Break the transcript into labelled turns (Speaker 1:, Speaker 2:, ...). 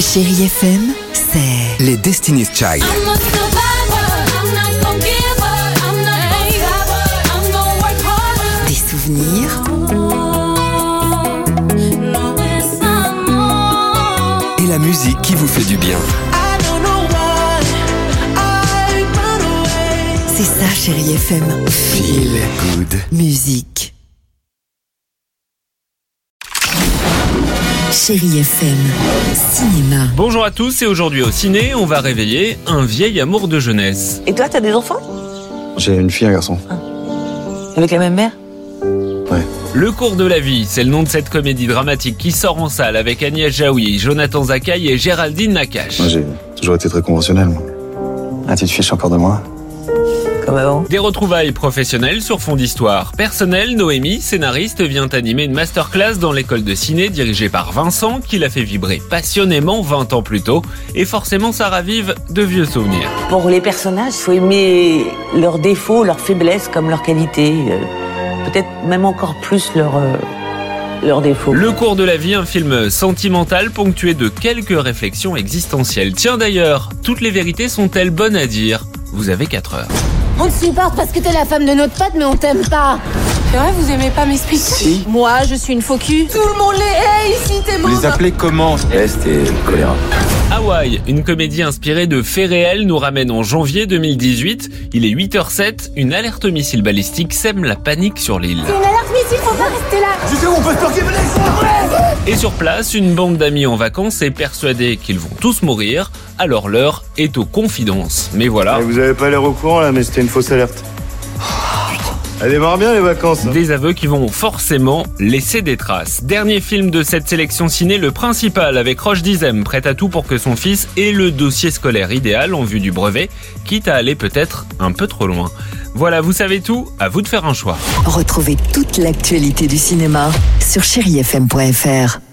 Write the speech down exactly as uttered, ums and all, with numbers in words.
Speaker 1: Chérie F M, c'est
Speaker 2: les Destiny's Child.
Speaker 1: Des souvenirs
Speaker 2: Et la musique qui vous fait du bien.
Speaker 1: C'est ça, Chérie F M.
Speaker 2: Feel good.
Speaker 1: Musique. Chérie F M, cinéma.
Speaker 3: Bonjour à tous, et aujourd'hui au ciné, on va réveiller un vieil amour de jeunesse.
Speaker 4: Et toi, t'as des enfants?
Speaker 5: J'ai une fille et un garçon.
Speaker 4: Ah. Avec la même mère?
Speaker 5: Ouais.
Speaker 3: Le cours de la vie, c'est le nom de cette comédie dramatique qui sort en salle avec Agnès Jaoui, Jonathan Zakaï et Géraldine Nakache.
Speaker 5: Moi, j'ai toujours été très conventionnel, moi. Ah, tu te fiches encore de moi?
Speaker 4: Comme avant.
Speaker 3: Des retrouvailles professionnelles sur fond d'histoire. Personnelle, Noémie, scénariste, vient animer une masterclass dans l'école de ciné dirigée par Vincent, qui l'a fait vibrer passionnément vingt ans plus tôt. Et forcément, ça ravive de vieux souvenirs.
Speaker 4: Pour les personnages, il faut aimer leurs défauts, leurs faiblesses comme leurs qualités. Euh, peut-être même encore plus leurs, euh, leurs défauts.
Speaker 3: Le cours de la vie, un film sentimental ponctué de quelques réflexions existentielles. Tiens d'ailleurs, toutes les vérités sont-elles bonnes à dire? Vous avez quatre heures.
Speaker 6: On te supporte parce que t'es la femme de notre pote, mais on t'aime pas. C'est vrai, vous aimez pas mes speeches?
Speaker 5: Si.
Speaker 6: Moi, je suis une faux cul. Tout le monde les hait ici, t'es
Speaker 5: Vous
Speaker 6: mort.
Speaker 5: les appelez comment? Peste et choléra.
Speaker 3: Hawaï, une comédie inspirée de faits réels, nous ramène en janvier deux mille dix-huit. Il est huit heures zéro sept, une alerte missile balistique sème la panique sur l'île.
Speaker 6: C'est une alerte missile, faut pas rester là.
Speaker 5: Tu sais où on peut se planquer?
Speaker 3: Et sur place, une bande d'amis en vacances est persuadée qu'ils vont tous mourir, alors l'heure est aux confidences. Mais voilà,
Speaker 7: Vous avez pas l'air au courant là, mais c'était une fausse alerte. Elle démarre bien les vacances. Hein.
Speaker 3: des aveux qui vont forcément laisser des traces. Dernier film de cette sélection ciné, Le Principal, avec Roche Dizem, prête à tout pour que son fils ait le dossier scolaire idéal en vue du brevet, quitte à aller peut-être un peu trop loin. Voilà, vous savez tout, à vous de faire un choix.
Speaker 1: Retrouvez toute l'actualité du cinéma sur chérie f m point f r.